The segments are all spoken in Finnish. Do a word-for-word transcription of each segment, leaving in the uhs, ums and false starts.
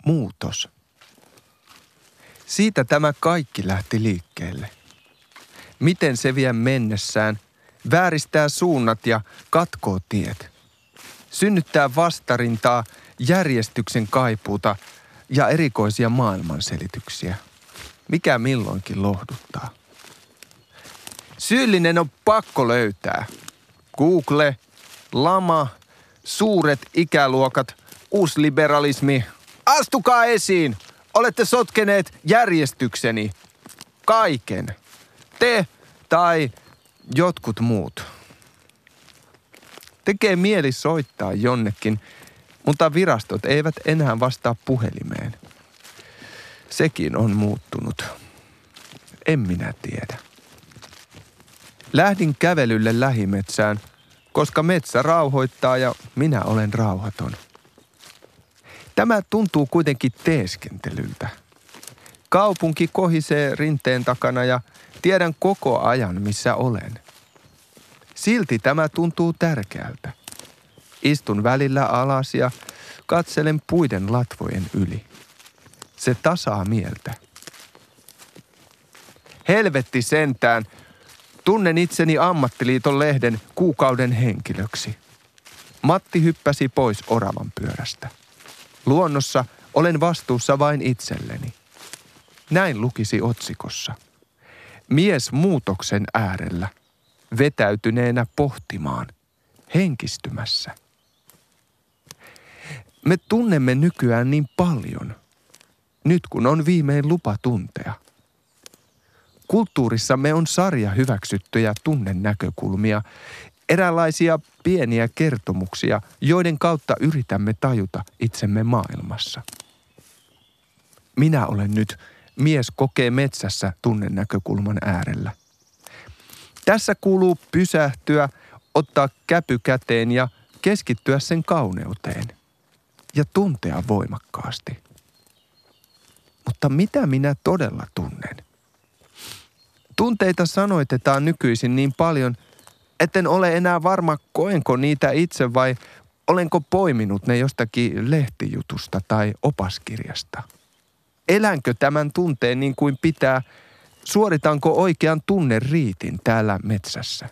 muutos. Siitä tämä kaikki lähti liikkeelle. Miten se vie mennessään, vääristää suunnat ja katkoo tiet. Synnyttää vastarintaa, järjestyksen kaipuuta ja erikoisia maailmanselityksiä. Mikä milloinkin lohduttaa. Syyllinen on pakko löytää. Google, lama, suuret ikäluokat, uusliberalismi. Astukaa esiin! Olette sotkeneet järjestykseni. Kaiken. Te tai jotkut muut. Tekee mieli soittaa jonnekin, mutta virastot eivät enää vastaa puhelimeen. Sekin on muuttunut. En minä tiedä. Lähdin kävelylle lähimetsään, koska metsä rauhoittaa ja minä olen rauhaton. Tämä tuntuu kuitenkin teeskentelyltä. Kaupunki kohisee rinteen takana ja tiedän koko ajan, missä olen. Silti tämä tuntuu tärkeältä. Istun välillä alas ja katselen puiden latvojen yli. Se tasaa mieltä. Helvetti sentään. Tunnen itseni ammattiliiton lehden kuukauden henkilöksi. Matti hyppäsi pois oravan pyörästä. Luonnossa olen vastuussa vain itselleni. Näin lukisi otsikossa. Mies muutoksen äärellä, vetäytyneenä pohtimaan, henkistymässä. Me tunnemme nykyään niin paljon, nyt kun on viimein lupa tuntea. Kulttuurissamme on sarja hyväksyttyjä tunnennäkökulmia, eräänlaisia pieniä kertomuksia, joiden kautta yritämme tajuta itsemme maailmassa. Minä olen nyt mies kokee metsässä tunnennäkökulman äärellä. Tässä kuuluu pysähtyä, ottaa käpy käteen ja keskittyä sen kauneuteen ja tuntea voimakkaasti. Mutta mitä minä todella tunnen? Tunteita sanoitetaan nykyisin niin paljon, etten ole enää varma, koenko niitä itse vai olenko poiminut ne jostakin lehtijutusta tai opaskirjasta. Elänkö tämän tunteen niin kuin pitää? Suoritanko oikean tunneriitin täällä metsässä?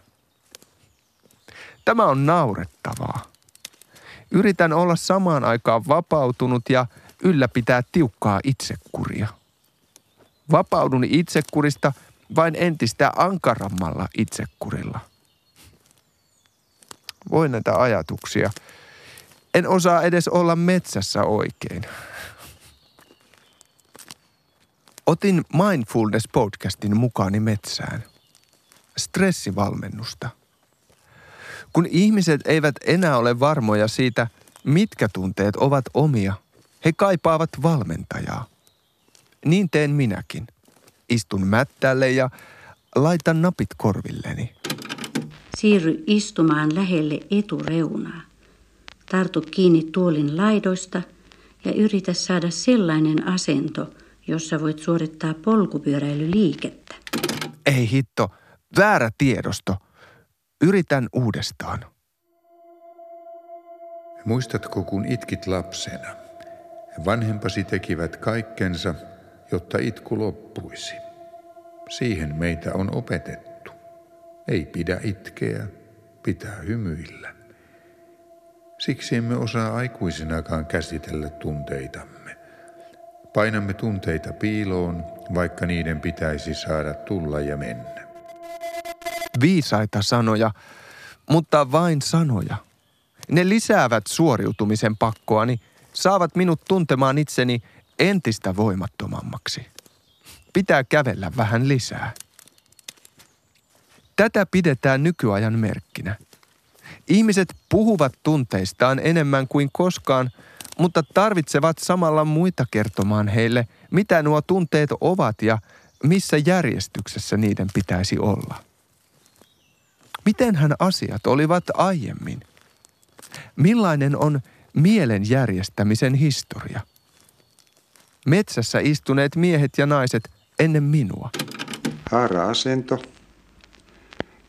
Tämä on naurettavaa. Yritän olla samaan aikaan vapautunut ja ylläpitää tiukkaa itsekuria. Vapaudun itsekurista vain entistä ankarammalla itsekurilla. Voi näitä ajatuksia. En osaa edes olla metsässä oikein. Otin Mindfulness-podcastin mukaani metsään. Stressivalmennusta. Kun ihmiset eivät enää ole varmoja siitä, mitkä tunteet ovat omia, he kaipaavat valmentajaa. Niin teen minäkin. Istun mättälle ja laitan napit korvilleni. Siirry istumaan lähelle etureunaa. Tartu kiinni tuolin laidoista ja yritä saada sellainen asento, jossa voit suorittaa polkupyöräilyliikettä. Ei hitto, väärä tiedosto. Yritän uudestaan. Muistatko, kun itkit lapsena? Vanhempasi tekivät kaikkensa, jotta itku loppuisi. Siihen meitä on opetettu. Ei pidä itkeä, pitää hymyillä. Siksi emme osaa aikuisinakaan käsitellä tunteitamme. Painamme tunteita piiloon, vaikka niiden pitäisi saada tulla ja mennä. Viisaita sanoja, mutta vain sanoja. Ne lisäävät suoriutumisen pakkoani, saavat minut tuntemaan itseni entistä voimattomammaksi. Pitää kävellä vähän lisää. Tätä pidetään nykyajan merkkinä. Ihmiset puhuvat tunteistaan enemmän kuin koskaan, mutta tarvitsevat samalla muita kertomaan heille, mitä nuo tunteet ovat ja missä järjestyksessä niiden pitäisi olla. Mitenhän asiat olivat aiemmin? Millainen on mielen järjestämisen historia? Metsässä istuneet miehet ja naiset ennen minua. Haara-asento.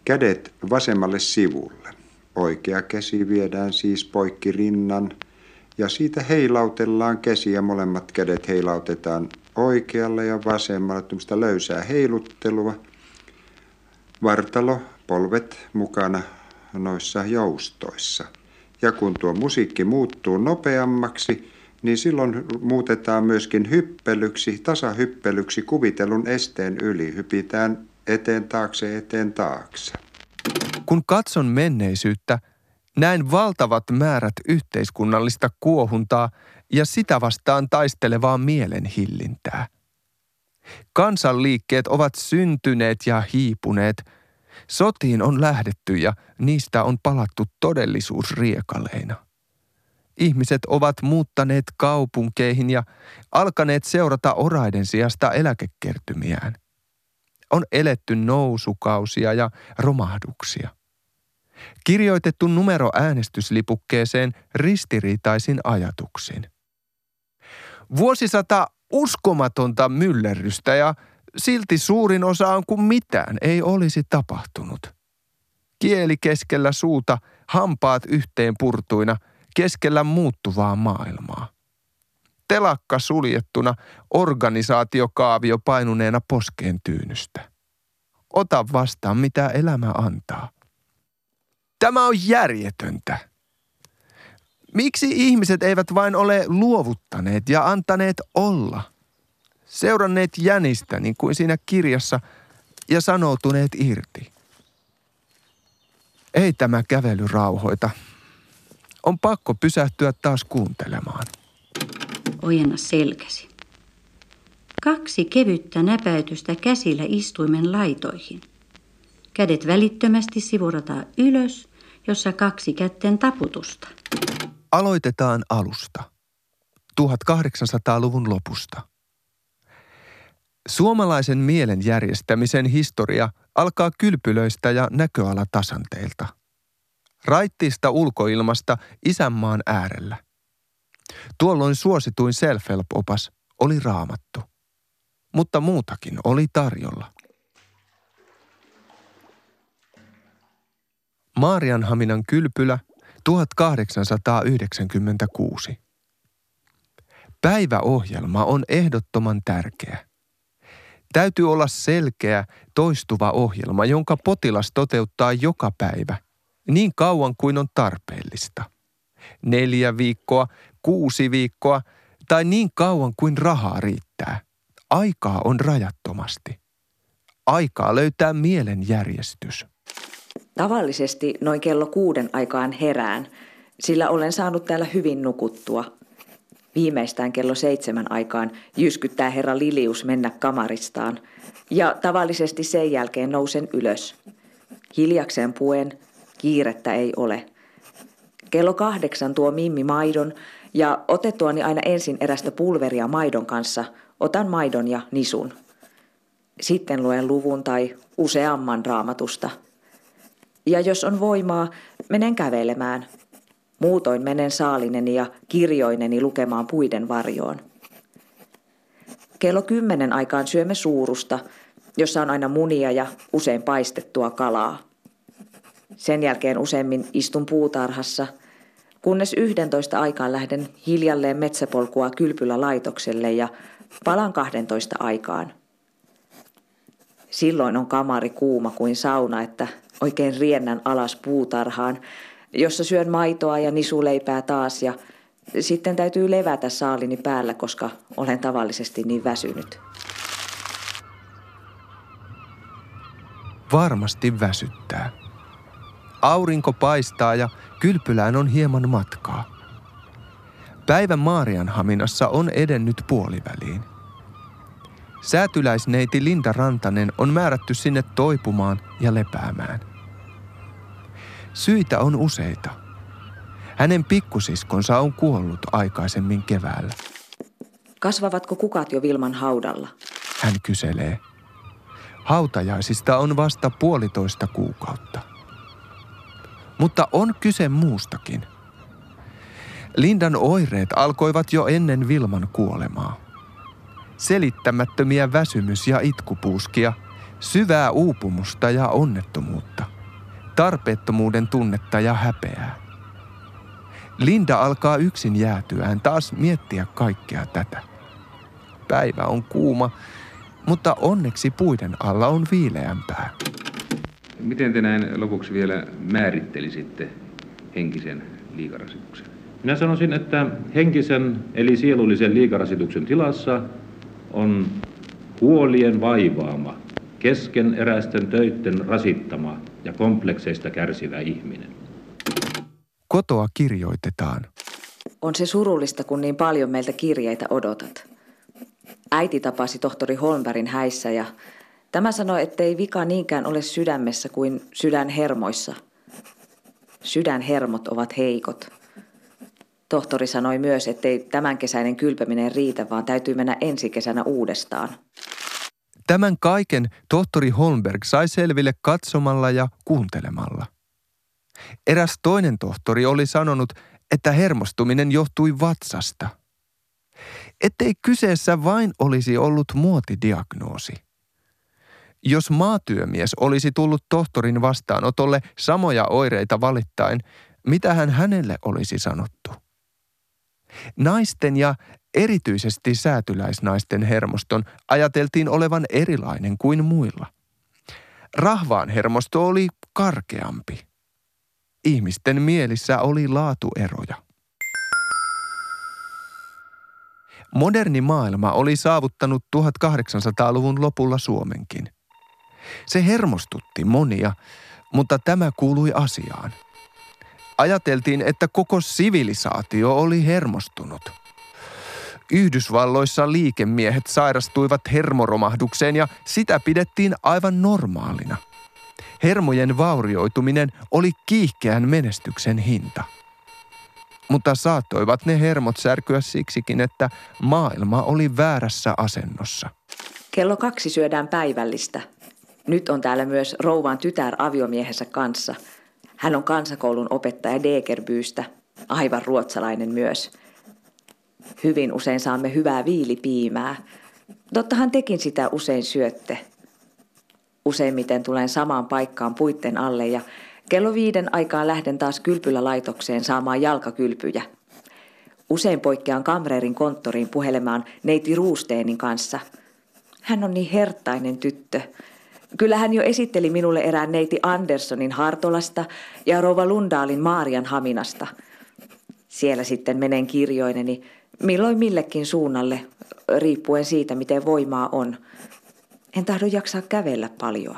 Kädet vasemmalle sivulle. Oikea käsi viedään siis poikki rinnan Ja siitä heilautellaan käsiä, molemmat kädet heilautetaan oikealle ja vasemmalle, tämmöistä löysää heiluttelua. Vartalo, polvet mukana noissa joustoissa. Ja kun tuo musiikki muuttuu nopeammaksi, niin silloin muutetaan myöskin hyppelyksi, tasahyppelyksi kuvitellun esteen yli. Hypitään eteen taakse, eteen taakse. Kun katson menneisyyttä, näen valtavat määrät yhteiskunnallista kuohuntaa ja sitä vastaan taistelevaa mielenhillintää. Kansanliikkeet ovat syntyneet ja hiipuneet. Sotiin on lähdetty ja niistä on palattu todellisuusriekaleina. Ihmiset ovat muuttaneet kaupunkeihin ja alkaneet seurata oraiden sijasta eläkekertymiään. On eletty nousukausia ja romahduksia. Kirjoitettu numero äänestyslipukkeeseen ristiriitaisin ajatuksin. Vuosisata uskomatonta myllerrystä ja silti suurin osa on kuin mitään ei olisi tapahtunut. Kieli keskellä suuta, hampaat yhteen purtuina, keskellä muuttuvaa maailmaa. Telakka suljettuna, organisaatiokaavio painuneena poskeen tyynystä. Ota vastaan, mitä elämä antaa. Tämä on järjetöntä. Miksi ihmiset eivät vain ole luovuttaneet ja antaneet olla? Seuranneet jänistä niin kuin siinä kirjassa ja sanoutuneet irti. Ei tämä kävely rauhoita. On pakko pysähtyä taas kuuntelemaan. Ojenna selkäsi. Kaksi kevyttä näpäytystä käsillä istuimen laitoihin. Kädet välittömästi sivurataan ylös, jossa kaksi kätten taputusta. Aloitetaan alusta. tuhatkahdeksansataaluvun lopusta. Suomalaisen mielen järjestämisen historia alkaa kylpylöistä ja näköalatasanteilta. Raittiista ulkoilmasta isänmaan äärellä. Tuolloin suosituin self-help-opas oli Raamattu. Mutta muutakin oli tarjolla. Maarianhaminan kylpylä tuhatkahdeksansataayhdeksänkymmentäkuusi. Päiväohjelma on ehdottoman tärkeä. Täytyy olla selkeä, toistuva ohjelma, jonka potilas toteuttaa joka päivä, niin kauan kuin on tarpeellista. Neljä viikkoa, kuusi viikkoa tai niin kauan kuin rahaa riittää. Aikaa on rajattomasti. Aikaa löytää mielenjärjestys. Tavallisesti noin kello kuuden aikaan herään, sillä olen saanut täällä hyvin nukuttua. Viimeistään kello seitsemän aikaan jyskyttää herra Lilius mennä kamaristaan ja tavallisesti sen jälkeen nousen ylös. Hiljakseen puen, kiirettä ei ole. Kello kahdeksan tuo Mimmi maidon ja otettuani aina ensin erästä pulveria maidon kanssa otan maidon ja nisun. Sitten luen luvun tai useamman Raamatusta. Ja jos on voimaa, menen kävelemään. Muutoin menen saalineni ja kirjoineni lukemaan puiden varjoon. Kello kymmenen aikaan syömme suurusta, jossa on aina munia ja usein paistettua kalaa. Sen jälkeen useimmin istun puutarhassa, kunnes yhdentoista aikaan lähden hiljalleen metsäpolkua kylpylälaitokselle ja palaan kahdentoista aikaan. Silloin on kamari kuuma kuin sauna, että oikein riennän alas puutarhaan, jossa syön maitoa ja nisuleipää taas ja sitten täytyy levätä saalini päällä, koska olen tavallisesti niin väsynyt. Varmasti väsyttää. Aurinko paistaa ja kylpylään on hieman matkaa. Päivä Maarianhaminassa on edennyt puoliväliin. Säätyläisneiti Linda Rantanen on määrätty sinne toipumaan ja lepäämään. Syitä on useita. Hänen pikkusiskonsa on kuollut aikaisemmin keväällä. Kasvavatko kukat jo Vilman haudalla? Hän kyselee. Hautajaisista on vasta puolitoista kuukautta. Mutta on kyse muustakin. Lindan oireet alkoivat jo ennen Vilman kuolemaa. Selittämättömiä väsymys- ja itkupuuskia, syvää uupumusta ja onnettomuutta, tarpeettomuuden tunnetta ja häpeää. Linda alkaa yksin jäätyään taas miettiä kaikkea tätä. Päivä on kuuma, mutta onneksi puiden alla on viileämpää. Miten te näin lopuksi vielä määrittelisitte henkisen liikarasituksen? Minä sanoisin, että henkisen eli sielullisen liikarasituksen tilassa on huolien vaivaama, keskeneräisten töitten rasittama ja komplekseista kärsivä ihminen. Kotoa kirjoitetaan. On se surullista, kun niin paljon meiltä kirjeitä odotat. Äiti tapasi tohtori Holmbergin häissä ja tämä sanoi, ettei vika niinkään ole sydämessä kuin sydänhermoissa. Sydänhermot ovat heikot. Tohtori sanoi myös, ettei tämänkesäinen kylpeminen riitä, vaan täytyy mennä ensi kesänä uudestaan. Tämän kaiken tohtori Holmberg sai selville katsomalla ja kuuntelemalla. Eräs toinen tohtori oli sanonut, että hermostuminen johtui vatsasta. Ettei kyseessä vain olisi ollut muotidiagnoosi. Jos maatyömies olisi tullut tohtorin vastaanotolle samoja oireita valittain, mitä hän hänelle olisi sanottu? Naisten ja erityisesti säätyläisnaisten hermoston ajateltiin olevan erilainen kuin muilla. Rahvaan hermosto oli karkeampi. Ihmisten mielissä oli laatueroja. Moderni maailma oli saavuttanut tuhatkahdeksansataaluvun lopulla Suomenkin. Se hermostutti monia, mutta tämä kuului asiaan. Ajateltiin, että koko sivilisaatio oli hermostunut. Yhdysvalloissa liikemiehet sairastuivat hermoromahdukseen ja sitä pidettiin aivan normaalina. Hermojen vaurioituminen oli kiihkeän menestyksen hinta. Mutta saattoivat ne hermot särkyä siksikin, että maailma oli väärässä asennossa. Kello kaksi syödään päivällistä. Nyt on täällä myös rouvan tytär aviomiehensä kanssa. Hän on kansakoulun opettaja Degerbyystä, aivan ruotsalainen myös. Hyvin usein saamme hyvää viilipiimää. Tottahan tekin sitä usein syötte. Useimmiten tulen samaan paikkaan puitten alle ja kello viiden aikaan lähden taas kylpylälaitokseen saamaan jalkakylpyjä. Usein poikkean kamreerin konttoriin puhelemaan neiti Ruusteenin kanssa. Hän on niin herttainen tyttö. Kyllä hän jo esitteli minulle erään neiti Anderssonin Hartolasta ja rouva Lundaalin Maarian Haminasta. Siellä sitten menen kirjoineni, milloin millekin suunnalle, riippuen siitä, miten voimaa on. En tahdo jaksaa kävellä paljoa.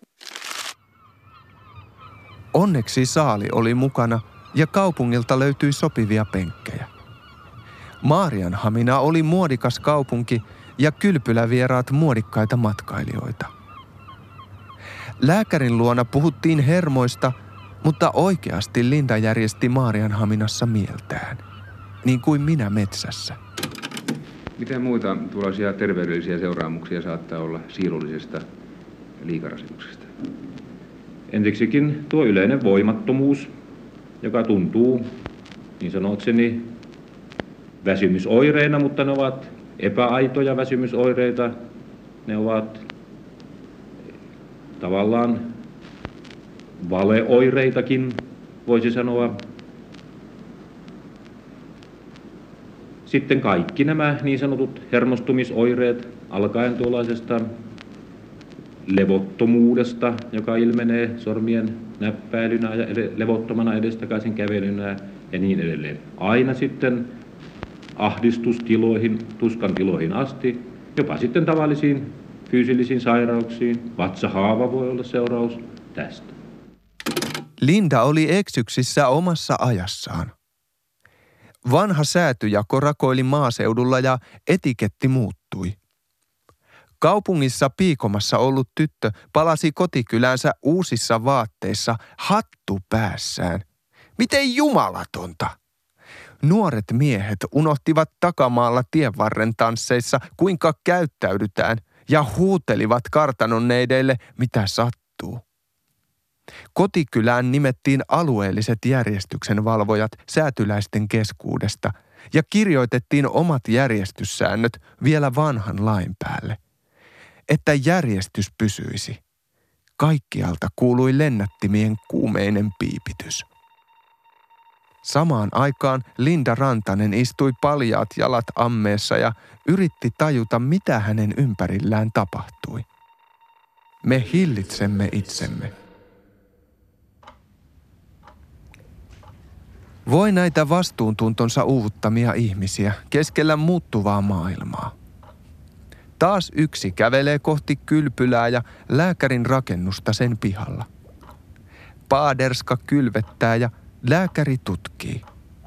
Onneksi saali oli mukana ja kaupungilta löytyi sopivia penkkejä. Maarianhamina oli muodikas kaupunki ja kylpylävieraat muodikkaita matkailijoita. Lääkärin luona puhuttiin hermoista, mutta oikeasti Linda järjesti Maarianhaminassa mieltään, niin kuin minä metsässä. Miten muita tuollaisia terveydellisiä seuraamuksia saattaa olla siirullisesta liikarasituksesta? Ensiksikin tuo yleinen voimattomuus, joka tuntuu niin sanokseni väsymysoireina, mutta ne ovat epäaitoja väsymysoireita. Ne ovat tavallaan valeoireitakin, voisi sanoa. Sitten kaikki nämä niin sanotut hermostumisoireet, alkaen tuollaisesta levottomuudesta, joka ilmenee sormien näppäilynä ja levottomana edestakaisin kävelynä ja niin edelleen. Aina sitten ahdistustiloihin, tuskan tiloihin asti, jopa sitten tavallisiin fyysillisiin sairauksiin. Vatsahaava voi olla seuraus tästä. Linda oli eksyksissä omassa ajassaan. Vanha säätyjako rakoili maaseudulla ja etiketti muuttui. Kaupungissa piikomassa ollut tyttö palasi kotikylänsä uusissa vaatteissa, hattu päässään. Miten jumalatonta! Nuoret miehet unohtivat takamaalla tienvarren tansseissa, kuinka käyttäydytään, ja huutelivat kartanonneideille, mitä sattuu. Kotikylään nimettiin alueelliset järjestyksen valvojat säätyläisten keskuudesta ja kirjoitettiin omat järjestyssäännöt vielä vanhan lain päälle. Että järjestys pysyisi. Kaikkialta kuului lennättimien kuumeinen piipitys. Samaan aikaan Linda Rantanen istui paljaat jalat ammeessa ja yritti tajuta, mitä hänen ympärillään tapahtui. Me hillitsemme itsemme. Voi näitä vastuuntuntonsa uuvuttamia ihmisiä keskellä muuttuvaa maailmaa. Taas yksi kävelee kohti kylpylää ja lääkärin rakennusta sen pihalla. Paaderska kylvettää ja lääkäri tutkii.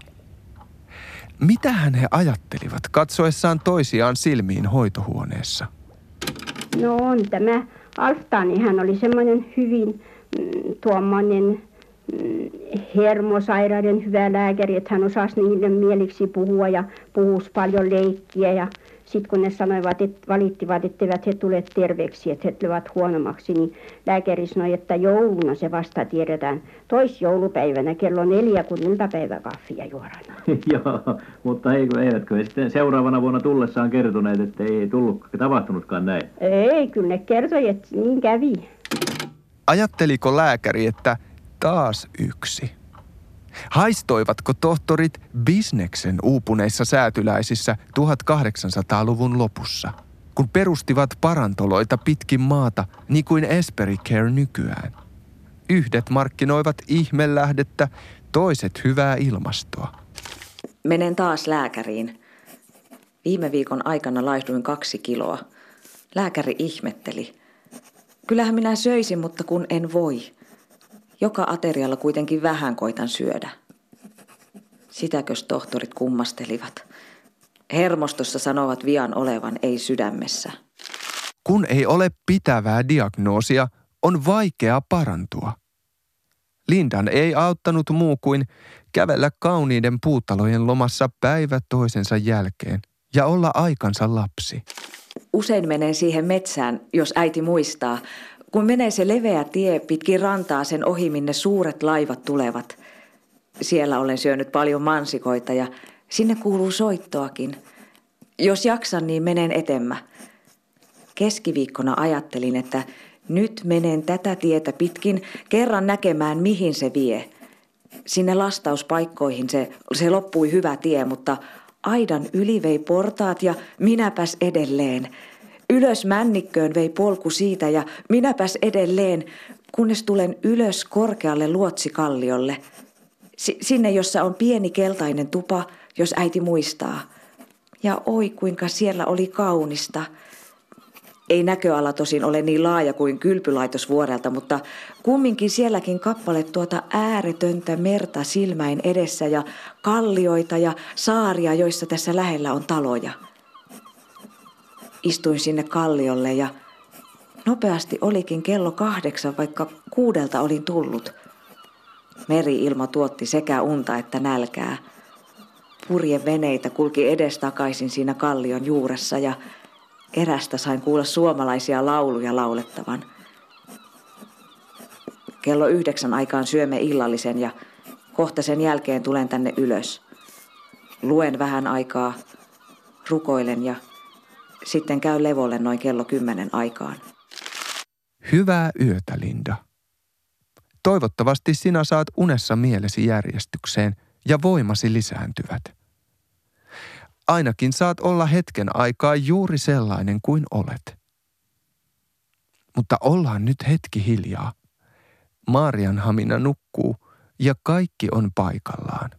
Mitähän he ajattelivat katsoessaan toisiaan silmiin hoitohuoneessa? No on tämä Alftaani, hän oli semmoinen hyvin mm, tuommoinen mm, hermosairaiden hyvä lääkäri, että hän osasi niille mieliksi puhua ja puhuisi paljon leikkiä. Ja sitten kun ne sanoivat, että valittivat, etteivät he tule terveeksi, että he tulevat huonommaksi, niin lääkäri sanoi, että jouluna se vasta tiedetään. Toisjoulupäivänä kello neljä, kun iltapäiväkaffia juodaan. Joo, mutta eikö, eivätkö he sitten seuraavana vuonna tullessaan kertoneet, että ei tullut tapahtunutkaan näin? Ei, kyllä ne kertoi, että niin kävi. Ajatteliko lääkäri, että taas yksi? Haistoivatko tohtorit bisneksen uupuneissa säätyläisissä tuhatkahdeksansataaluvun lopussa, kun perustivat parantoloita pitkin maata niin kuin Esperi Care nykyään? Yhdet markkinoivat ihmelähdettä, toiset hyvää ilmastoa. Menen taas lääkäriin. Viime viikon aikana laihduin kaksi kiloa. Lääkäri ihmetteli. Kyllähän minä söisin, mutta kun en voi. Joka aterialla kuitenkin vähän koitan syödä. Sitäkös tohtorit kummastelivat. Hermostossa sanovat vian olevan, ei sydämessä. Kun ei ole pitävää diagnoosia, on vaikea parantua. Lindan ei auttanut muu kuin kävellä kauniiden puutalojen lomassa päivä toisensa jälkeen ja olla aikansa lapsi. Usein menen siihen metsään, jos äiti muistaa. Kun menee se leveä tie pitkin rantaa sen ohi, minne suuret laivat tulevat. Siellä olen syönyt paljon mansikoita ja sinne kuuluu soittoakin. Jos jaksan, niin menen etemmä. Keskiviikkona ajattelin, että nyt menen tätä tietä pitkin kerran näkemään, mihin se vie. Sinne lastauspaikkoihin se, se loppui hyvä tie, mutta aidan yli vei portaat ja minäpäs edelleen. Ylös männikköön vei polku siitä ja minäpäs edelleen, kunnes tulen ylös korkealle luotsikalliolle. S- sinne, jossa on pieni keltainen tupa, jos äiti muistaa. Ja oi, kuinka siellä oli kaunista. Ei näköala tosin ole niin laaja kuin kylpylaitos vuorelta, mutta kumminkin sielläkin kappale tuota ääretöntä merta silmäin edessä ja kallioita ja saaria, joissa tässä lähellä on taloja. Istuin sinne kalliolle ja nopeasti olikin kello kahdeksan, vaikka kuudelta olin tullut. Meri-ilma tuotti sekä unta että nälkää. Purjeveneitä kulki edestakaisin siinä kallion juuressa ja erästä sain kuulla suomalaisia lauluja laulettavan. Kello yhdeksän aikaan syömme illallisen ja kohta sen jälkeen tulen tänne ylös. Luen vähän aikaa, rukoilen ja sitten käy levolle noin kello kymmenen aikaan. Hyvää yötä, Linda. Toivottavasti sinä saat unessa mielesi järjestykseen ja voimasi lisääntyvät. Ainakin saat olla hetken aikaa juuri sellainen kuin olet. Mutta ollaan nyt hetki hiljaa. Maarianhamina nukkuu ja kaikki on paikallaan.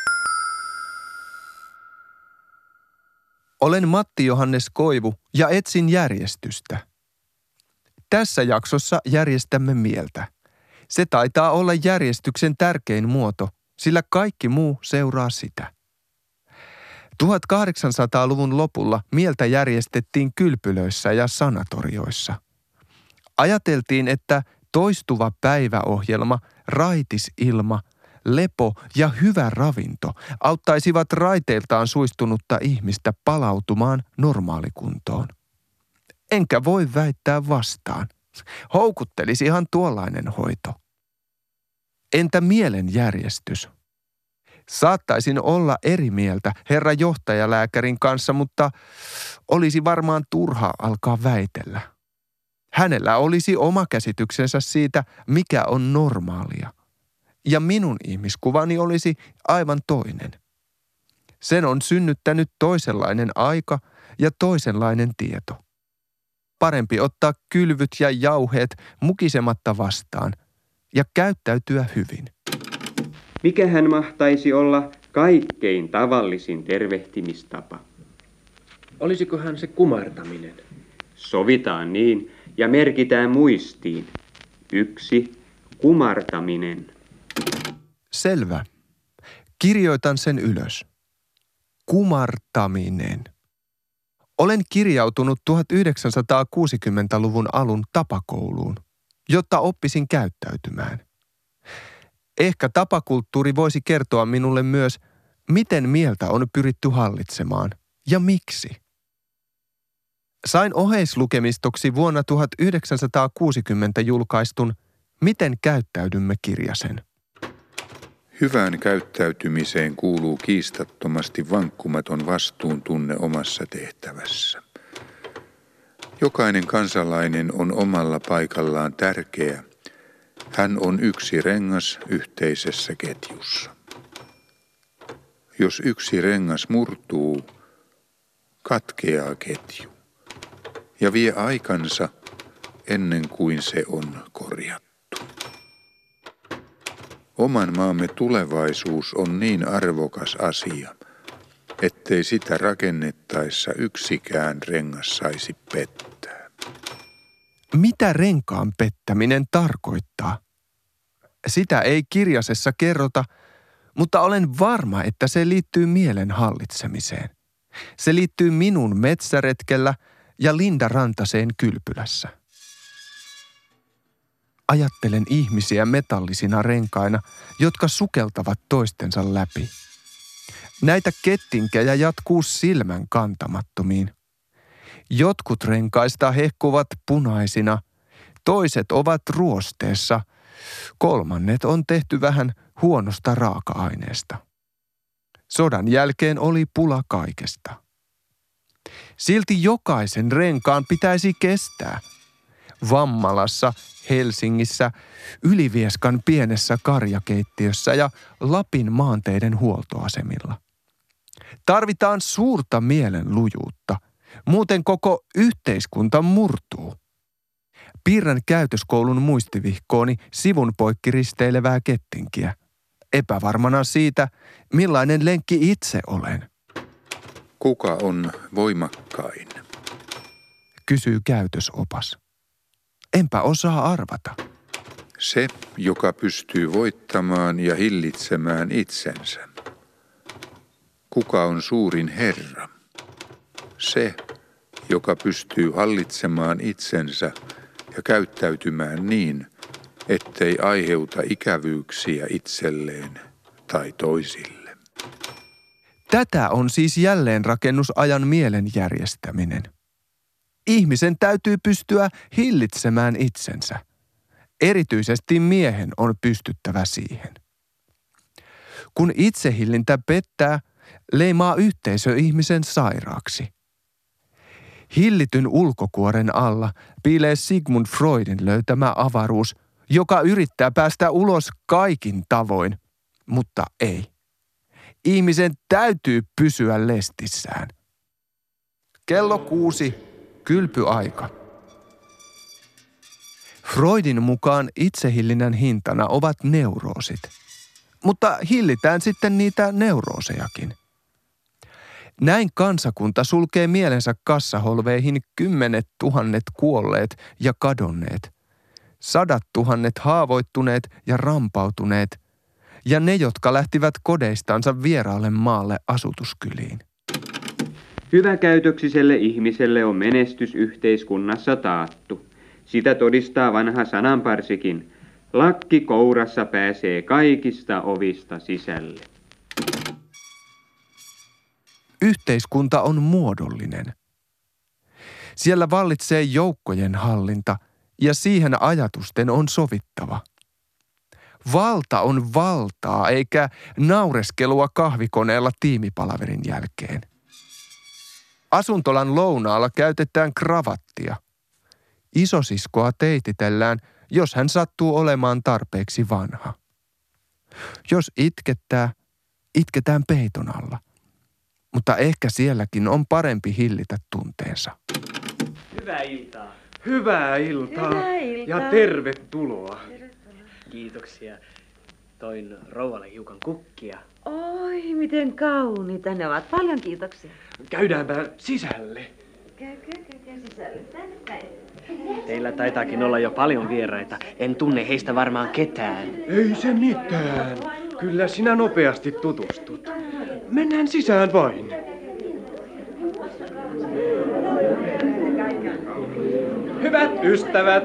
Olen Matti Johannes Koivu ja etsin järjestystä. Tässä jaksossa järjestämme mieltä. Se taitaa olla järjestyksen tärkein muoto, sillä kaikki muu seuraa sitä. tuhatkahdeksansataaluvun lopulla mieltä järjestettiin kylpylöissä ja sanatorioissa. Ajateltiin, että toistuva päiväohjelma, raitis ilma, lepo ja hyvä ravinto auttaisivat raiteiltaan suistunutta ihmistä palautumaan normaalikuntoon. Enkä voi väittää vastaan. Houkuttelisihan tuollainen hoito. Entä mielenjärjestys? Saattaisin olla eri mieltä herra johtajalääkärin kanssa, mutta olisi varmaan turha alkaa väitellä. Hänellä olisi oma käsityksensä siitä, mikä on normaalia. ja minun ihmiskuvani olisi aivan toinen. Sen on synnyttänyt toisenlainen aika ja toisenlainen tieto. Parempi ottaa kylvyt ja jauheet mukisematta vastaan ja käyttäytyä hyvin. Mikähän mahtaisi olla kaikkein tavallisin tervehtimistapa? Olisikohan se kumartaminen? Sovitaan niin ja merkitään muistiin. Yksi. Kumartaminen. Selvä. Kirjoitan sen ylös. Kumartaminen. Olen kirjautunut tuhatyhdeksänsataakuusikymmentäluvun alun tapakouluun, jotta oppisin käyttäytymään. Ehkä tapakulttuuri voisi kertoa minulle myös, miten mieltä on pyritty hallitsemaan ja miksi. Sain oheislukemistoksi vuonna tuhatyhdeksänsataakuusikymmentä julkaistun Miten käyttäydymme -kirjasen. Hyvään käyttäytymiseen kuuluu kiistattomasti vankkumaton vastuuntunne omassa tehtävässä. Jokainen kansalainen on omalla paikallaan tärkeä. Hän on yksi rengas yhteisessä ketjussa. Jos yksi rengas murtuu, katkeaa ketju ja vie aikansa ennen kuin se on korjattu. Oman maamme tulevaisuus on niin arvokas asia, ettei sitä rakennettaessa yksikään rengas saisi pettää. Mitä renkaan pettäminen tarkoittaa? Sitä ei kirjasessa kerrota, mutta olen varma, että se liittyy mielen hallitsemiseen. Se liittyy minun metsäretkellä ja Linda Rantaseen kylpylässä. Ajattelen ihmisiä metallisina renkaina, jotka sukeltavat toistensa läpi. Näitä kettinkejä jatkuu silmän kantamattomiin. Jotkut renkaista hehkuvat punaisina, toiset ovat ruosteessa, kolmannet on tehty vähän huonosta raaka-aineesta. Sodan jälkeen oli pula kaikesta. Silti jokaisen renkaan pitäisi kestää. Vammalassa, Helsingissä, Ylivieskan pienessä karjakeittiössä ja Lapin maanteiden huoltoasemilla. Tarvitaan suurta mielenlujuutta, muuten koko yhteiskunta murtuu. Piirrän käytöskoulun muistivihkooni sivun poikki risteilevää kettinkiä, epävarmana siitä, millainen lenkki itse olen. Kuka on voimakkain? Kysyy käytösopas. Enpä osaa arvata. Se, joka pystyy voittamaan ja hillitsemään itsensä. Kuka on suurin herra? Se, joka pystyy hallitsemaan itsensä ja käyttäytymään niin, ettei aiheuta ikävyyksiä itselleen tai toisille. Tätä on siis jälleenrakennusajan mielen järjestäminen. Ihmisen täytyy pystyä hillitsemään itsensä. Erityisesti miehen on pystyttävä siihen. Kun itsehillintä pettää, leimaa yhteisö ihmisen sairaaksi. Hillityn ulkokuoren alla piilee Sigmund Freudin löytämä avaruus, joka yrittää päästä ulos kaikin tavoin, mutta ei. Ihmisen täytyy pysyä lestissään. Kello kuusi. Kylpyaika. Freudin mukaan itsehillinnän hintana ovat neuroosit, mutta hillitään sitten niitä neuroosejakin. Näin kansakunta sulkee mielensä kassaholveihin kymmenet tuhannet kuolleet ja kadonneet, sadat tuhannet haavoittuneet ja rampautuneet, ja ne, jotka lähtivät kodeistansa vieraalle maalle asutuskyliin. Hyväkäytöksiselle ihmiselle on menestys yhteiskunnassa taattu. Sitä todistaa vanha sananparsikin. Lakki kourassa pääsee kaikista ovista sisälle. Yhteiskunta on muodollinen. Siellä vallitsee joukkojen hallinta ja siihen ajatusten on sovittava. Valta on valtaa eikä naureskelua kahvikoneella tiimipalaverin jälkeen. Asuntolan lounaalla käytetään kravattia. Isosiskoa teititellään, jos hän sattuu olemaan tarpeeksi vanha. Jos itkettää, itketään peiton alla. Mutta ehkä sielläkin on parempi hillitä tunteensa. Hyvää iltaa. Hyvää iltaa. Hyvää iltaa. Ja tervetuloa. tervetuloa. Kiitoksia. Toin rouvalle hiukan kukkia. Oi, miten kauniita ne ovat. Paljon kiitoksia. Käydäänpä sisälle. Käy, käy, käy, käy sisälle. Tänne päin. Teillä taitaakin olla jo paljon vieraita. En tunne heistä varmaan ketään. Ei se mitään. Kyllä sinä nopeasti tutustut. Mennään sisään vain. Hyvät ystävät.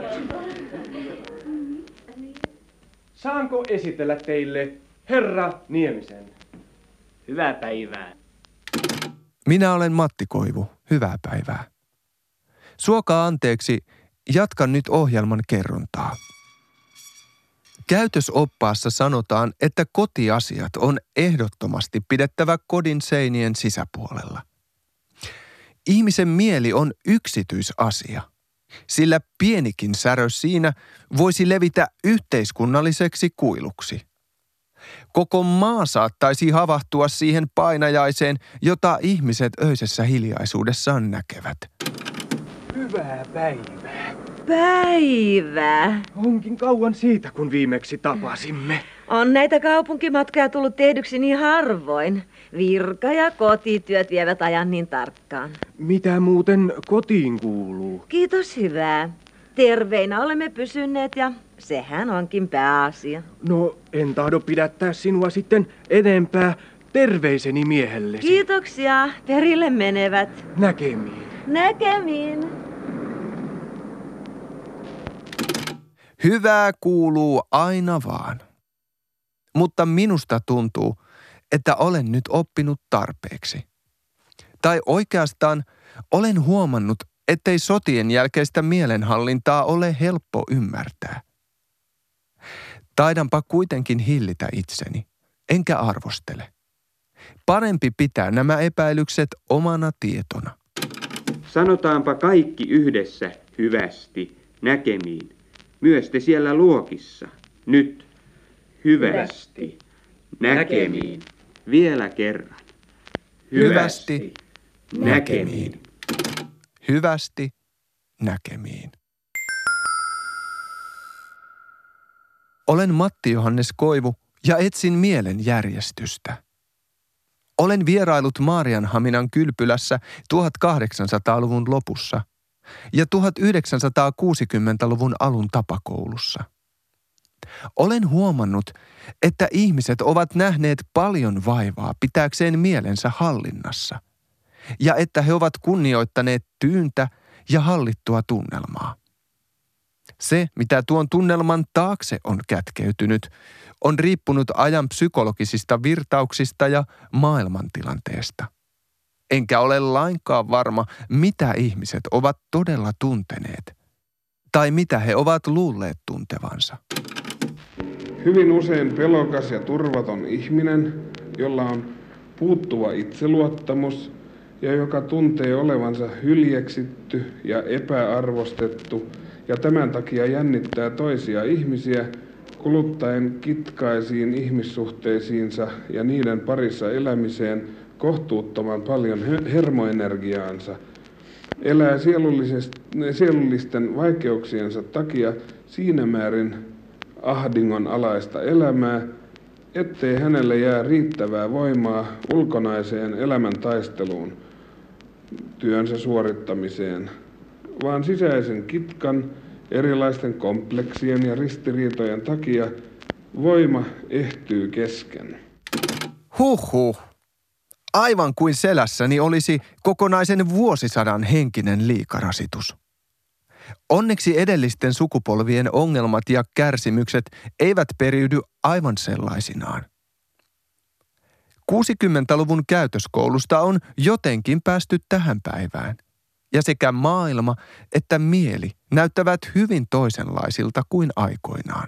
Saanko esitellä teille herra Niemisen? Hyvää päivää. Minä olen Matti Koivu. Hyvää päivää. Suokaa anteeksi, jatkan nyt ohjelman kerrontaa. Käytösoppaassa sanotaan, että kotiasiat on ehdottomasti pidettävä kodin seinien sisäpuolella. Ihmisen mieli on yksityisasia, sillä pienikin särö siinä voisi levitä yhteiskunnalliseksi kuiluksi. Koko maa saattaisi havahtua siihen painajaiseen, jota ihmiset öisessä hiljaisuudessaan näkevät. Hyvää päivää. Päivää. Onkin kauan siitä, kun viimeksi tapasimme. On näitä kaupunkimatkoja tullut tehdyksi niin harvoin. Virka ja kotityöt vievät ajan niin tarkkaan. Mitä muuten kotiin kuuluu? Kiitos hyvää. Terveinä olemme pysyneet ja sehän onkin pääasia. No, en tahdo pidättää sinua sitten enempää. Terveiseni miehellesi. Kiitoksia. Perille menevät. Näkemiin. Näkemiin. Hyvää kuuluu aina vaan. Mutta minusta tuntuu, että olen nyt oppinut tarpeeksi. Tai oikeastaan olen huomannut, ettei sotien jälkeistä mielenhallintaa ole helppo ymmärtää. Taidanpa kuitenkin hillitä itseni, enkä arvostele. Parempi pitää nämä epäilykset omana tietona. Sanotaanpa kaikki yhdessä hyvästi, näkemiin. Myös te siellä luokissa. Nyt. Hyvästi. Näkemiin. Vielä kerran. Hyvästi. Näkemiin. Hyvästi. Näkemiin. Olen Matti Johannes Koivu ja etsin mielen järjestystä. Olen vierailut Maarianhaminan kylpylässä tuhatkahdeksansataaluvun lopussa ja tuhatyhdeksänsataakuusikymmentäluvun alun tapakoulussa. Olen huomannut, että ihmiset ovat nähneet paljon vaivaa pitääkseen mielensä hallinnassa ja että he ovat kunnioittaneet tyyntä ja hallittua tunnelmaa. Se, mitä tuon tunnelman taakse on kätkeytynyt, on riippunut ajan psykologisista virtauksista ja maailmantilanteesta. Enkä ole lainkaan varma, mitä ihmiset ovat todella tunteneet tai mitä he ovat luulleet tuntevansa. Hyvin usein pelokas ja turvaton ihminen, jolla on puuttuva itseluottamus ja joka tuntee olevansa hyljeksitty ja epäarvostettu ja tämän takia jännittää toisia ihmisiä kuluttaen kitkaisiin ihmissuhteisiinsa ja niiden parissa elämiseen kohtuuttoman paljon hermoenergiaansa, elää sielullisten vaikeuksiensa takia siinä määrin ahdingon alaista elämää, ettei hänelle jää riittävää voimaa ulkonaiseen elämäntaisteluun, työnsä suorittamiseen, vaan sisäisen kitkan, erilaisten kompleksien ja ristiriitojen takia voima ehtyy kesken. Huhhuh. Aivan kuin selässäni olisi kokonaisen vuosisadan henkinen liikarasitus. Onneksi edellisten sukupolvien ongelmat ja kärsimykset eivät periydy aivan sellaisinaan. kuusikymmentäluvun käytöskoulusta on jotenkin päästy tähän päivään, ja sekä maailma että mieli näyttävät hyvin toisenlaisilta kuin aikoinaan.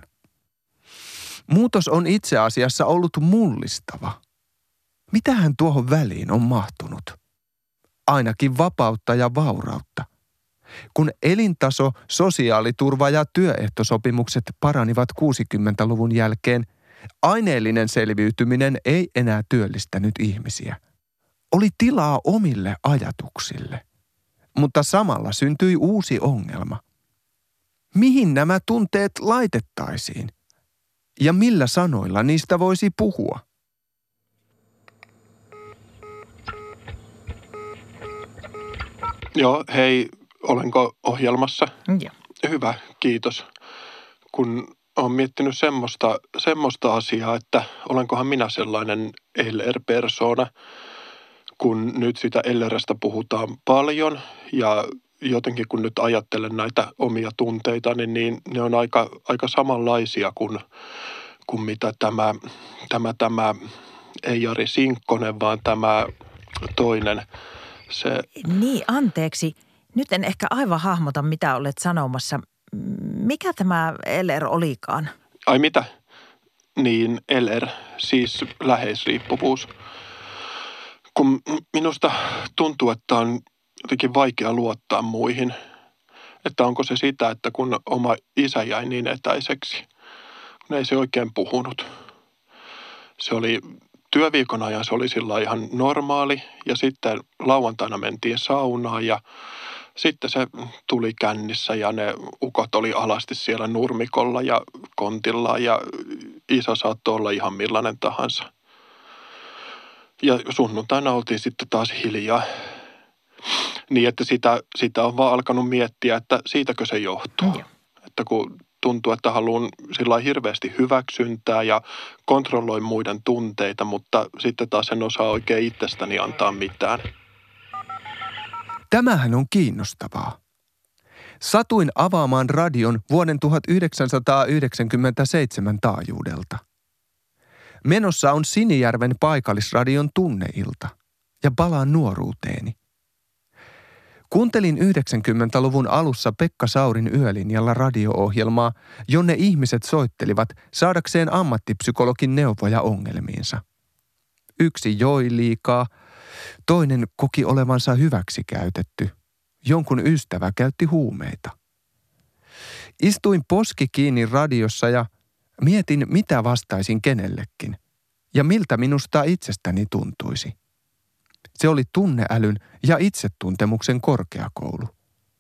Muutos on itse asiassa ollut mullistava. Mitähän tuohon väliin on mahtunut? Ainakin vapautta ja vaurautta. Kun elintaso, sosiaaliturva ja työehtosopimukset paranivat kuusikymmentäluvun jälkeen, Aineellinen selviytyminen ei enää työllistänyt ihmisiä. Oli tilaa omille ajatuksille, mutta samalla syntyi uusi ongelma. Mihin nämä tunteet laitettaisiin? Ja millä sanoilla niistä voisi puhua? Joo, hei, olenko ohjelmassa? Joo. Hyvä, kiitos. Kun olen miettinyt semmoista, semmoista asiaa, että olenkohan minä sellainen L R-persoona, kun nyt sitä L R:stä puhutaan paljon ja jotenkin kun nyt ajattelen näitä omia tunteita, niin, niin ne on aika, aika samanlaisia kuin, kuin mitä tämä, tämä, tämä ei Jari Sinkkonen, vaan tämä toinen. Se... Niin, anteeksi. Nyt en ehkä aivan hahmota, mitä olet sanomassa. Mikä tämä L R olikaan? Ai mitä? Niin, L R, siis läheisriippuvuus. Kun minusta tuntuu, että on jotenkin vaikea luottaa muihin. Että onko se sitä, että kun oma isä jäi niin etäiseksi, kun ei se oikein puhunut. Se oli työviikon ajan, se oli sillä ihan normaali ja sitten lauantaina mentiin saunaan ja sitten se tuli kännissä ja ne ukot oli alasti siellä nurmikolla ja kontilla ja isä saattoi olla ihan millainen tahansa. Ja sunnuntaina oltiin sitten taas hiljaa. Niin, että sitä, sitä on vaan alkanut miettiä, että siitäkö se johtuu. Mm. Että kun tuntuu, että haluan sillä hirveästi hyväksyntää ja kontrolloin muiden tunteita, mutta sitten taas en osaa oikein itsestäni antaa mitään. Tämähän on kiinnostavaa. Satuin avaamaan radion vuoden tuhatyhdeksänsataayhdeksänkymmentäseitsemän taajuudelta. Menossa on Sinijärven paikallisradion tunneilta ja palaan nuoruuteeni. Kuuntelin yhdeksänkymmentäluvun alussa Pekka Saurin yölinjalla radio-ohjelmaa, jonne ihmiset soittelivat saadakseen ammattipsykologin neuvoja ongelmiinsa. Yksi joi liikaa, toinen koki olevansa hyväksikäytetty, jonkun ystävä käytti huumeita. Istuin poski kiinni radiossa ja mietin, mitä vastaisin kenellekin ja miltä minusta itsestäni tuntuisi. Se oli tunneälyn ja itsetuntemuksen korkeakoulu.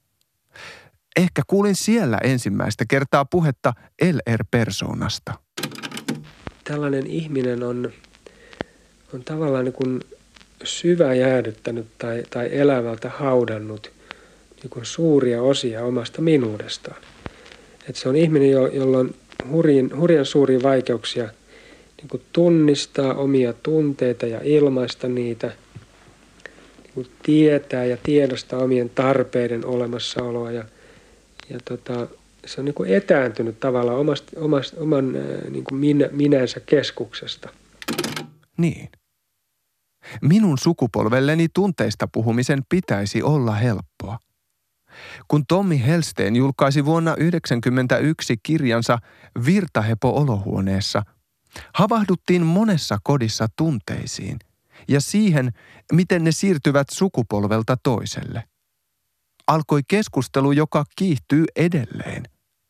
Ehkä kuulin siellä ensimmäistä kertaa puhetta L R-persoonasta. Tällainen ihminen on, on tavallaan niin kuin syvä jäädyttänyt tai, tai elävältä haudannut niin kuin suuria osia omasta minuudestaan. Että se on ihminen, jolla on hurjan, hurjan suuria vaikeuksia niin kuin tunnistaa omia tunteita ja ilmaista niitä, niin kuin tietää ja tiedostaa omien tarpeiden olemassaoloa ja, ja tota, se on niin kuin etääntynyt tavallaan omasta, omasta, oman niin kuin minä, minänsä keskuksesta. Niin. Minun sukupolvelleni tunteista puhumisen pitäisi olla helppoa. Kun Tommi Hellsten julkaisi vuonna yhdeksänkymmentäyksi kirjansa Virtahepo olohuoneessa, havahduttiin monessa kodissa tunteisiin ja siihen, miten ne siirtyvät sukupolvelta toiselle. Alkoi keskustelu, joka kiihtyy edelleen.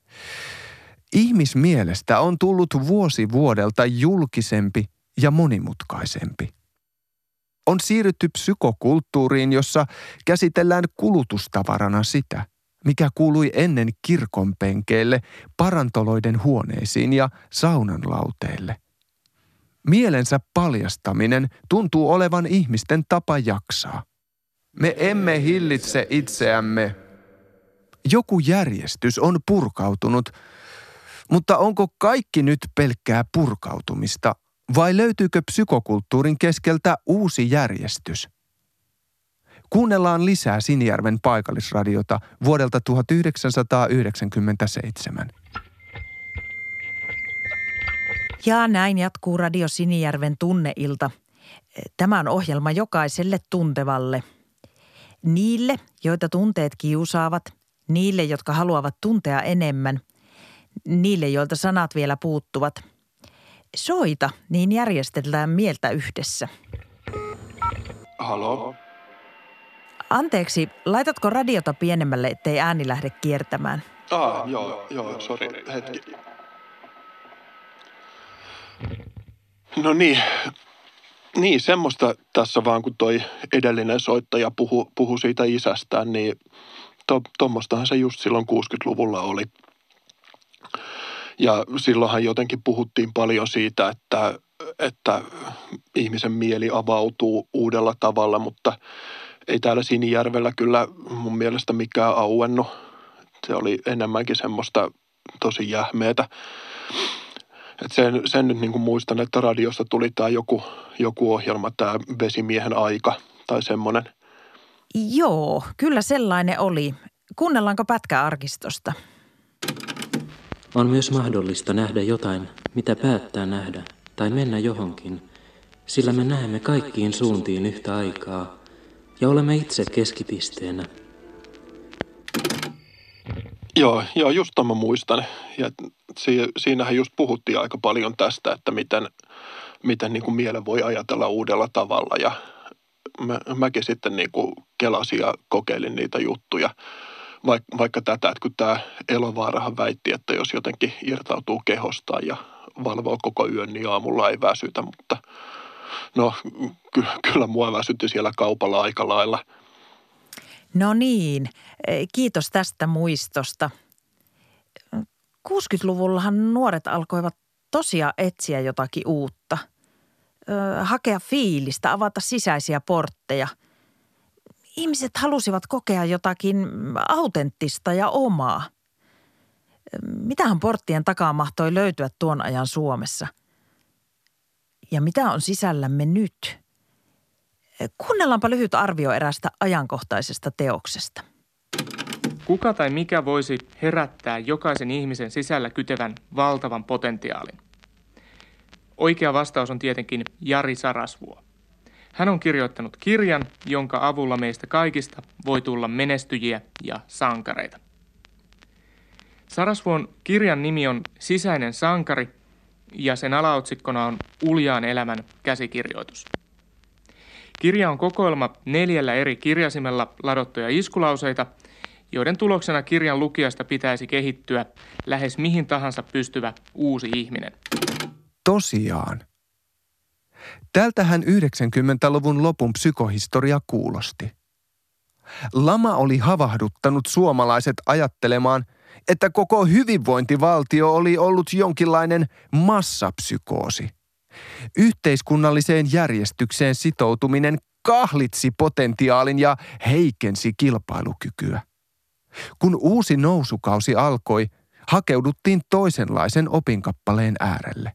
Ihmismielestä on tullut vuosi vuodelta julkisempi ja monimutkaisempi. On siirrytty psykokulttuuriin, jossa käsitellään kulutustavarana sitä, mikä kuului ennen kirkonpenkeille, parantoloiden huoneisiin ja saunanlauteille. Mielensä paljastaminen tuntuu olevan ihmisten tapa jaksaa. Me emme hillitse itseämme. Joku järjestys on purkautunut, mutta onko kaikki nyt pelkkää purkautumista? Vai löytyykö psykokulttuurin keskeltä uusi järjestys? Kuunnellaan lisää Sinijärven paikallisradiota vuodelta tuhatyhdeksänsataayhdeksänkymmentäseitsemän. Ja näin jatkuu Radio Sinijärven tunneilta. Tämä on ohjelma jokaiselle tuntevalle. Niille, joita tunteet kiusaavat, niille, jotka haluavat tuntea enemmän, niille, joilta sanat vielä puuttuvat. Soita, niin järjestetään mieltä yhdessä. Halo? Anteeksi, laitatko radiota pienemmälle, ettei ääni lähde kiertämään? Ah, joo, joo, sori, hetki. No niin, niin semmoista tässä vaan, kun toi edellinen soittaja puhui puhu siitä isästään, niin to, tommostahan se just silloin kuusikymmentäluvulla oli. Ja silloinhan jotenkin puhuttiin paljon siitä, että, että ihmisen mieli avautuu uudella tavalla, mutta ei täällä Sinijärvellä kyllä mun mielestä mikään auennut. Se oli enemmänkin semmoista tosi jähmeetä. Et sen, sen nyt niin kuin muistan, että radiosta tuli tämä joku, joku ohjelma, tämä Vesimiehen aika tai semmoinen. Joo, kyllä sellainen oli. Kuunnellaanko pätkä arkistosta? On myös mahdollista nähdä jotain, mitä päättää nähdä, tai mennä johonkin, sillä me näemme kaikkiin suuntiin yhtä aikaa ja olemme itse keskipisteenä. Joo, joo, just tämän mä muistan. Ja si- siinähän just puhuttiin aika paljon tästä, että miten, miten niin kuin mielen voi ajatella uudella tavalla. Ja mä, mäkin sitten niin kuin kelasin ja kokeilin niitä juttuja. Vaik, vaikka tätä, että kun tämä Elovaarahan väitti, että jos jotenkin irtautuu kehostaan ja valvoo koko yön, niin aamulla ei väsytä. Mutta no, ky- kyllä mua väsytti siellä kaupalla aika lailla. No niin, kiitos tästä muistosta. kuusikymmentäluvullahan nuoret alkoivat tosiaan etsiä jotakin uutta. Hakea fiilistä, avata sisäisiä portteja. Ihmiset halusivat kokea jotakin autenttista ja omaa. Mitähän porttien takaa mahtoi löytyä tuon ajan Suomessa? Ja mitä on sisällämme nyt? Kuunnellaanpa lyhyt arvio erästä ajankohtaisesta teoksesta. Kuka tai mikä voisi herättää jokaisen ihmisen sisällä kytevän valtavan potentiaalin? Oikea vastaus on tietenkin Jari Sarasvuo. Hän on kirjoittanut kirjan, jonka avulla meistä kaikista voi tulla menestyjiä ja sankareita. Sarasvuon kirjan nimi on Sisäinen sankari ja sen alaotsikkona on Uljaan elämän käsikirjoitus. Kirja on kokoelma neljällä eri kirjasimella ladottuja iskulauseita, joiden tuloksena kirjan lukijasta pitäisi kehittyä lähes mihin tahansa pystyvä uusi ihminen. Tosiaan. Tältähän yhdeksänkymmentäluvun lopun psykohistoria kuulosti. Lama oli havahduttanut suomalaiset ajattelemaan, että koko hyvinvointivaltio oli ollut jonkinlainen massapsykoosi. Yhteiskunnalliseen järjestykseen sitoutuminen kahlitsi potentiaalin ja heikensi kilpailukykyä. Kun uusi nousukausi alkoi, hakeuduttiin toisenlaisen opinkappaleen äärelle.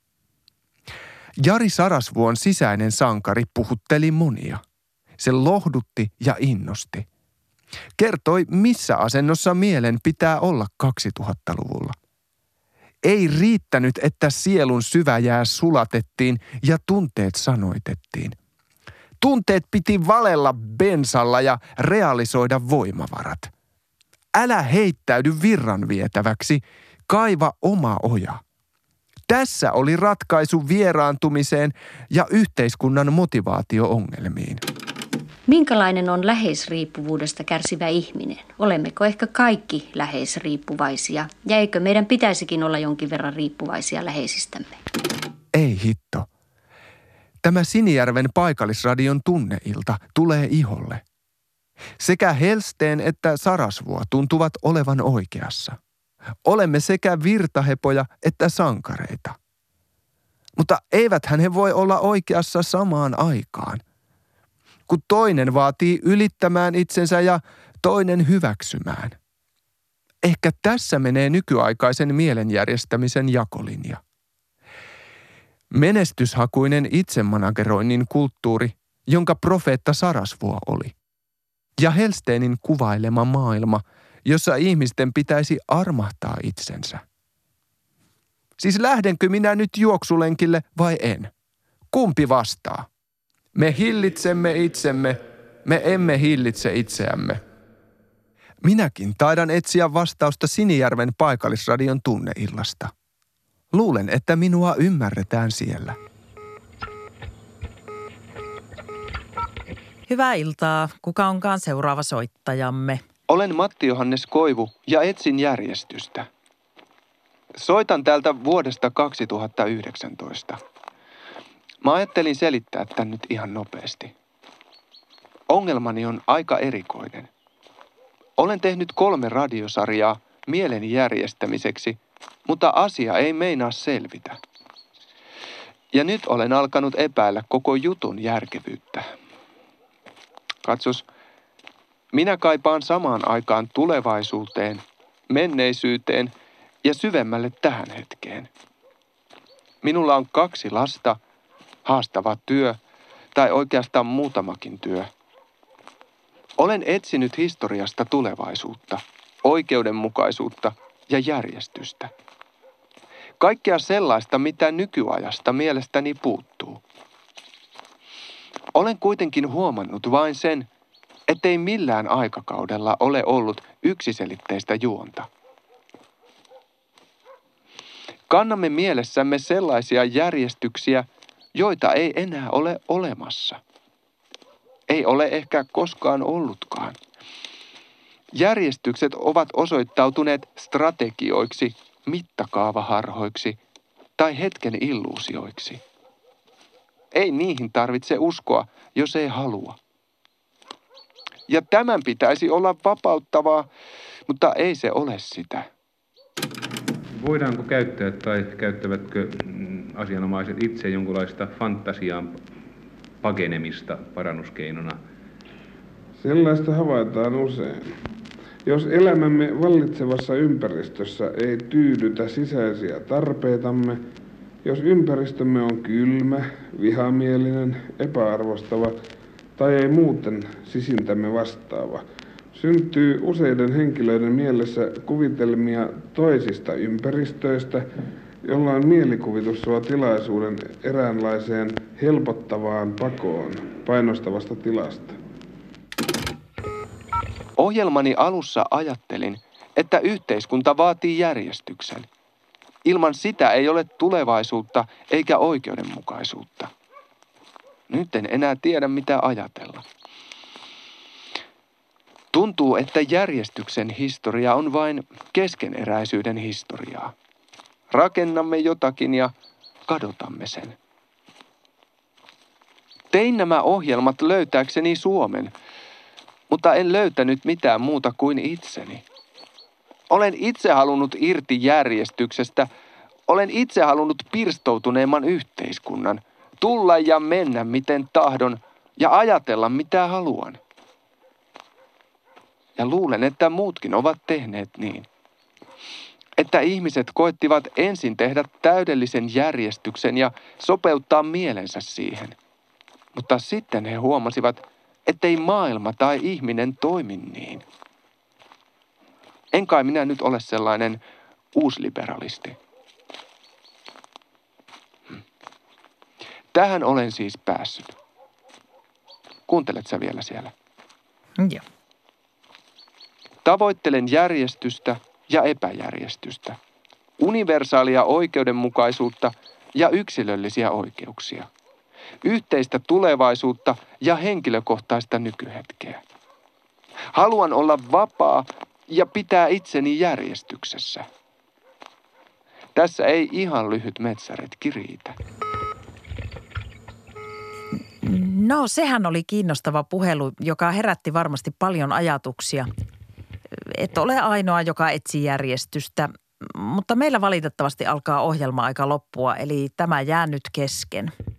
Jari Sarasvuon Sisäinen sankari puhutteli monia. Se lohdutti ja innosti. Kertoi, missä asennossa mielen pitää olla kaksituhattaluvulla. Ei riittänyt, että sielun syväjää sulatettiin ja tunteet sanoitettiin. Tunteet piti valella bensalla ja realisoida voimavarat. Älä heittäydy virran vietäväksi, kaiva oma oja. Tässä oli ratkaisu vieraantumiseen ja yhteiskunnan motivaatio-ongelmiin. Minkälainen on läheisriippuvuudesta kärsivä ihminen? Olemmeko ehkä kaikki läheisriippuvaisia? Ja eikö meidän pitäisikin olla jonkin verran riippuvaisia läheisistämme? Ei hitto. Tämä Sinijärven paikallisradion tunneilta tulee iholle. Sekä Helsteen että Sarasvuo tuntuvat olevan oikeassa. Olemme sekä virtahepoja että sankareita. Mutta eiväthän he voi olla oikeassa samaan aikaan. Kun toinen vaatii ylittämään itsensä ja toinen hyväksymään. Ehkä tässä menee nykyaikaisen mielenjärjestämisen jakolinja. Menestyshakuinen itsemanageroinnin kulttuuri, jonka profeetta Sarasvuo oli. Ja Helsténin kuvailema maailma, jossa ihmisten pitäisi armahtaa itsensä. Siis lähdenkö minä nyt juoksulenkille vai en? Kumpi vastaa? Me hillitsemme itsemme, me emme hillitse itseämme. Minäkin taidan etsiä vastausta Sinijärven paikallisradion tunneillasta. Luulen, että minua ymmärretään siellä. Hyvää iltaa. Kuka onkaan seuraava soittajamme? Olen Matti Johannes Koivu ja etsin järjestystä. Soitan täältä vuodesta kaksituhattayhdeksäntoista. Mä ajattelin selittää tän nyt ihan nopeasti. Ongelmani on aika erikoinen. Olen tehnyt kolme radiosarjaa mieleni järjestämiseksi, mutta asia ei meinaa selvitä. Ja nyt olen alkanut epäillä koko jutun järkevyyttä. Katsos, minä kaipaan samaan aikaan tulevaisuuteen, menneisyyteen ja syvemmälle tähän hetkeen. Minulla on kaksi lasta, haastava työ tai oikeastaan muutamakin työ. Olen etsinyt historiasta tulevaisuutta, oikeudenmukaisuutta ja järjestystä. Kaikkea sellaista, mitä nykyajasta mielestäni puuttuu. Olen kuitenkin huomannut vain sen, ettei millään aikakaudella ole ollut yksiselitteistä juonta. Kannamme mielessämme sellaisia järjestyksiä, joita ei enää ole olemassa. Ei ole ehkä koskaan ollutkaan. Järjestykset ovat osoittautuneet strategioiksi, mittakaavaharhoiksi tai hetken illuusioiksi. Ei niihin tarvitse uskoa, jos ei halua. Ja tämän pitäisi olla vapauttavaa, mutta ei se ole sitä. Voidaanko käyttää tai käyttävätkö asianomaiset itse jonkinlaista fantasiaan pakenemista parannuskeinona? Sellaista havaitaan usein. Jos elämämme vallitsevassa ympäristössä ei tyydytä sisäisiä tarpeitamme, jos ympäristömme on kylmä, vihamielinen, epäarvostava tai ei muuten sisintämme vastaava, syntyy useiden henkilöiden mielessä kuvitelmia toisista ympäristöistä, jolloin mielikuvitus suo tilaisuuden eräänlaiseen helpottavaan pakoon painostavasta tilasta. Ohjelmani alussa ajattelin, että yhteiskunta vaatii järjestyksen. Ilman sitä ei ole tulevaisuutta eikä oikeudenmukaisuutta. Nyt en enää tiedä, mitä ajatella. Tuntuu, että järjestyksen historia on vain keskeneräisyyden historiaa. Rakennamme jotakin ja kadotamme sen. Tein nämä ohjelmat löytääkseni Suomen, mutta en löytänyt mitään muuta kuin itseni. Olen itse halunnut irti järjestyksestä. Olen itse halunnut pirstoutuneemman yhteiskunnan, tulla ja mennä miten tahdon ja ajatella mitä haluan. Ja luulen, että muutkin ovat tehneet niin. Että ihmiset koettivat ensin tehdä täydellisen järjestyksen ja sopeuttaa mielensä siihen. Mutta sitten he huomasivat, ettei maailma tai ihminen toimi niin. En kai minä nyt ole sellainen uusliberalisti. Hm. Tähän olen siis päässyt. Kuuntelet sä vielä siellä? Joo. Tavoittelen järjestystä ja epäjärjestystä, universaalia oikeudenmukaisuutta ja yksilöllisiä oikeuksia, yhteistä tulevaisuutta ja henkilökohtaista nykyhetkeä. Haluan olla vapaa ja pitää itseni järjestyksessä. Tässä ei ihan lyhyt metsäretki riitä. No, sehän oli kiinnostava puhelu, joka herätti varmasti paljon ajatuksia. Et ole ainoa, joka etsii järjestystä, mutta meillä valitettavasti alkaa ohjelma aika loppua, eli tämä jää nyt kesken.